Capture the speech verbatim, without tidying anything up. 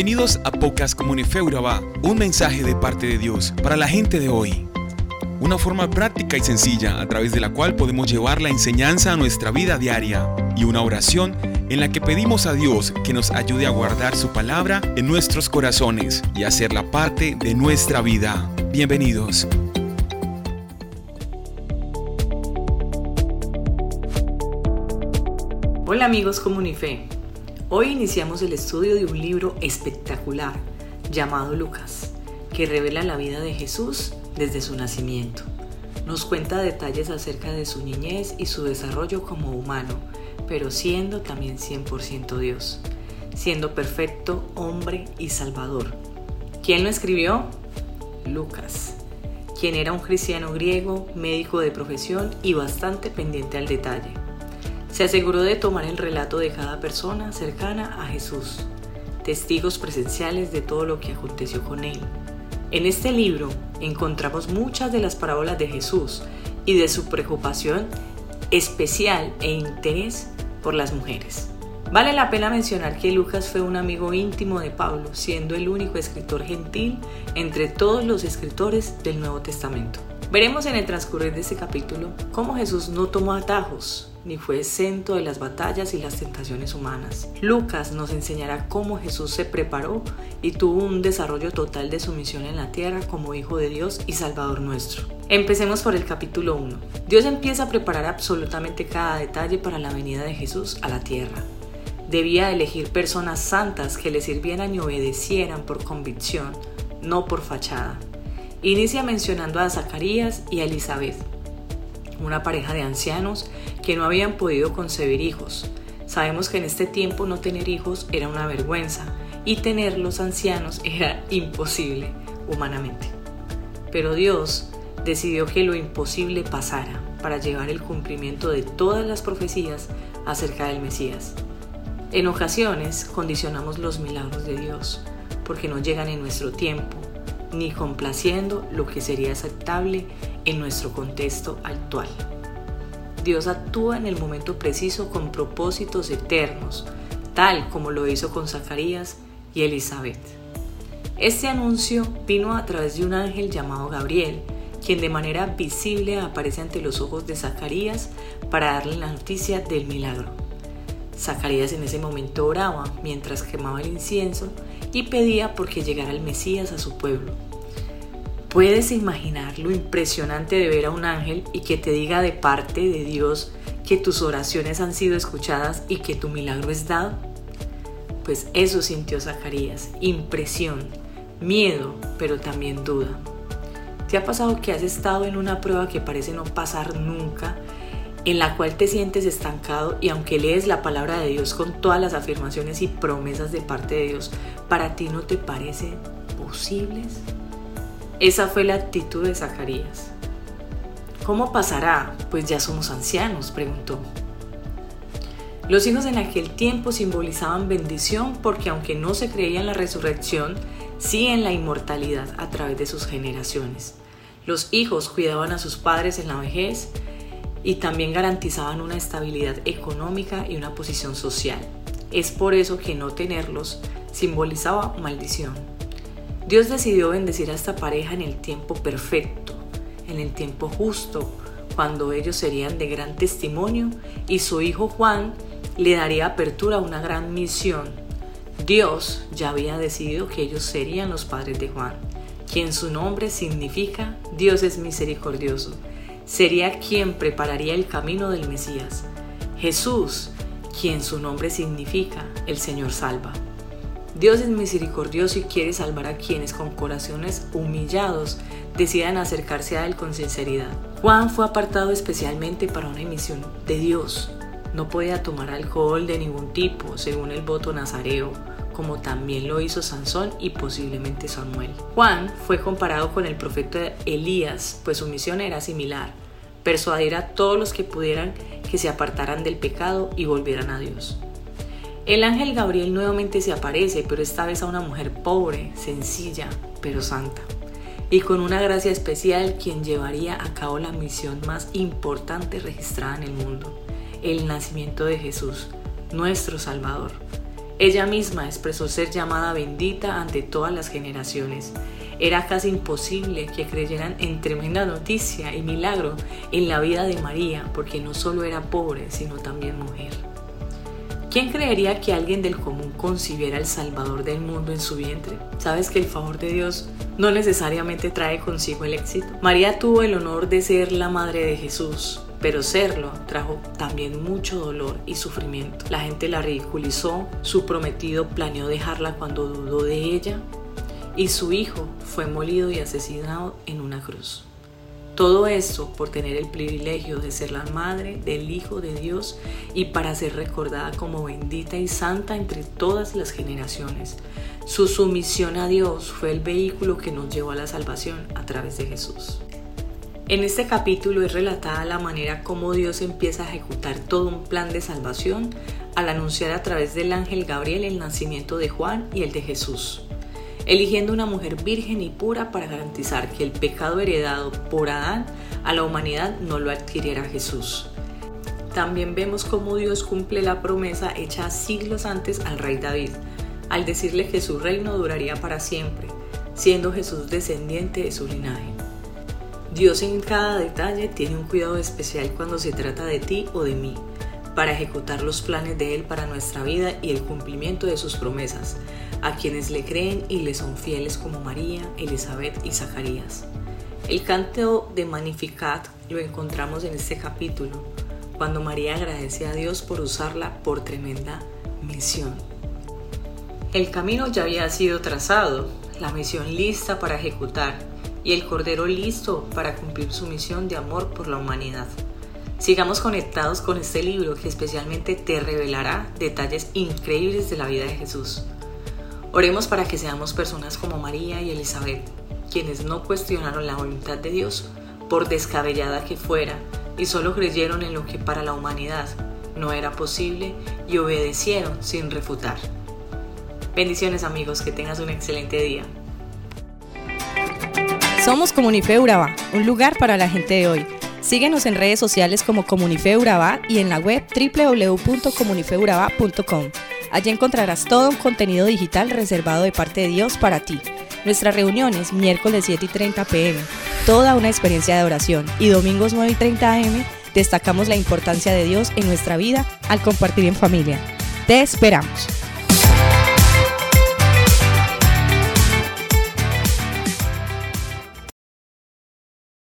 Bienvenidos a Podcast Comunife Urabá, un mensaje de parte de Dios para la gente de hoy. Una forma práctica y sencilla a través de la cual podemos llevar la enseñanza a nuestra vida diaria y una oración en la que pedimos a Dios que nos ayude a guardar su palabra en nuestros corazones y hacerla parte de nuestra vida. Bienvenidos. Hola amigos Comunife, hoy iniciamos el estudio de un libro espectacular llamado Lucas, que revela la vida de Jesús desde su nacimiento. Nos cuenta detalles acerca de su niñez y su desarrollo como humano, pero siendo también cien por ciento Dios, siendo perfecto hombre y salvador. ¿Quién lo escribió? Lucas, quien era un cristiano griego, médico de profesión y bastante pendiente al detalle. Se aseguró de tomar el relato de cada persona cercana a Jesús, testigos presenciales de todo lo que aconteció con él. En este libro encontramos muchas de las parábolas de Jesús y de su preocupación especial e interés por las mujeres. Vale la pena mencionar que Lucas fue un amigo íntimo de Pablo, siendo el único escritor gentil entre todos los escritores del Nuevo Testamento. Veremos en el transcurrir de este capítulo cómo Jesús no tomó atajos, ni fue exento de las batallas y las tentaciones humanas. Lucas nos enseñará cómo Jesús se preparó y tuvo un desarrollo total de su misión en la tierra como Hijo de Dios y Salvador nuestro. Empecemos por el capítulo uno. Dios empieza a preparar absolutamente cada detalle para la venida de Jesús a la tierra. Debía elegir personas santas que le sirvieran y obedecieran por convicción, no por fachada. Inicia mencionando a Zacarías y a Elizabeth, una pareja de ancianos que no habían podido concebir hijos. Sabemos que en este tiempo no tener hijos era una vergüenza y tener los ancianos era imposible humanamente. Pero Dios decidió que lo imposible pasara para llevar el cumplimiento de todas las profecías acerca del Mesías. En ocasiones condicionamos los milagros de Dios porque no llegan en nuestro tiempo, ni complaciendo lo que sería aceptable en nuestro contexto actual. Dios actúa en el momento preciso con propósitos eternos, tal como lo hizo con Zacarías y Elizabeth. Este anuncio vino a través de un ángel llamado Gabriel, quien de manera visible aparece ante los ojos de Zacarías para darle la noticia del milagro. Zacarías en ese momento oraba mientras quemaba el incienso y pedía porque llegara el Mesías a su pueblo. ¿Puedes imaginar lo impresionante de ver a un ángel y que te diga de parte de Dios que tus oraciones han sido escuchadas y que tu milagro es dado? Pues eso sintió Zacarías, impresión, miedo, pero también duda. ¿Te ha pasado que has estado en una prueba que parece no pasar nunca, en la cual te sientes estancado y aunque lees la palabra de Dios con todas las afirmaciones y promesas de parte de Dios, para ti no te parecen posibles? Esa fue la actitud de Zacarías. ¿Cómo pasará? Pues ya somos ancianos, preguntó. Los hijos en aquel tiempo simbolizaban bendición porque aunque no se creía en la resurrección, sí en la inmortalidad a través de sus generaciones. Los hijos cuidaban a sus padres en la vejez y también garantizaban una estabilidad económica y una posición social. Es por eso que no tenerlos simbolizaba maldición. Dios decidió bendecir a esta pareja en el tiempo perfecto, en el tiempo justo, cuando ellos serían de gran testimonio y su hijo Juan le daría apertura a una gran misión. Dios ya había decidido que ellos serían los padres de Juan, quien su nombre significa Dios es misericordioso. Sería quien prepararía el camino del Mesías. Jesús, quien su nombre significa el Señor salva. Dios es misericordioso y quiere salvar a quienes con corazones humillados decidan acercarse a Él con sinceridad. Juan fue apartado especialmente para una misión de Dios. No podía tomar alcohol de ningún tipo, según el voto nazareo, como también lo hizo Sansón y posiblemente Samuel. Juan fue comparado con el profeta Elías, pues su misión era similar: persuadir a todos los que pudieran que se apartaran del pecado y volvieran a Dios. El ángel Gabriel nuevamente se aparece, pero esta vez a una mujer pobre, sencilla, pero santa, y con una gracia especial quien llevaría a cabo la misión más importante registrada en el mundo: el nacimiento de Jesús, nuestro Salvador. Ella misma expresó ser llamada bendita ante todas las generaciones. Era casi imposible que creyeran en tremenda noticia y milagro en la vida de María, porque no solo era pobre, sino también mujer. ¿Quién creería que alguien del común concibiera al Salvador del mundo en su vientre? ¿Sabes que el favor de Dios no necesariamente trae consigo el éxito? María tuvo el honor de ser la madre de Jesús, pero serlo trajo también mucho dolor y sufrimiento. La gente la ridiculizó, su prometido planeó dejarla cuando dudó de ella, y su hijo fue molido y asesinado en una cruz. Todo esto por tener el privilegio de ser la madre del Hijo de Dios y para ser recordada como bendita y santa entre todas las generaciones. Su sumisión a Dios fue el vehículo que nos llevó a la salvación a través de Jesús. En este capítulo es relatada la manera como Dios empieza a ejecutar todo un plan de salvación al anunciar a través del ángel Gabriel el nacimiento de Juan y el de Jesús, eligiendo una mujer virgen y pura para garantizar que el pecado heredado por Adán a la humanidad no lo adquiriera Jesús. También vemos cómo Dios cumple la promesa hecha siglos antes al rey David, al decirle que su reino duraría para siempre, siendo Jesús descendiente de su linaje. Dios en cada detalle tiene un cuidado especial cuando se trata de ti o de mí, para ejecutar los planes de Él para nuestra vida y el cumplimiento de sus promesas, a quienes le creen y le son fieles como María, Elizabeth y Zacarías. El canto de Magnificat lo encontramos en este capítulo, cuando María agradece a Dios por usarla por tremenda misión. El camino ya había sido trazado, la misión lista para ejecutar y el Cordero listo para cumplir su misión de amor por la humanidad. Sigamos conectados con este libro que especialmente te revelará detalles increíbles de la vida de Jesús. Oremos para que seamos personas como María y Elizabeth, quienes no cuestionaron la voluntad de Dios por descabellada que fuera y solo creyeron en lo que para la humanidad no era posible y obedecieron sin refutar. Bendiciones amigos, que tengas un excelente día. Somos Comunife Urabá, un lugar para la gente de hoy. Síguenos en redes sociales como Comunife Urabá y en la web doble u doble u doble u punto comunife urabá punto com. Allí encontrarás todo un contenido digital reservado de parte de Dios para ti. Nuestras reuniones, miércoles siete y treinta pm, toda una experiencia de oración, y domingos nueve y treinta am, destacamos la importancia de Dios en nuestra vida al compartir en familia. Te esperamos.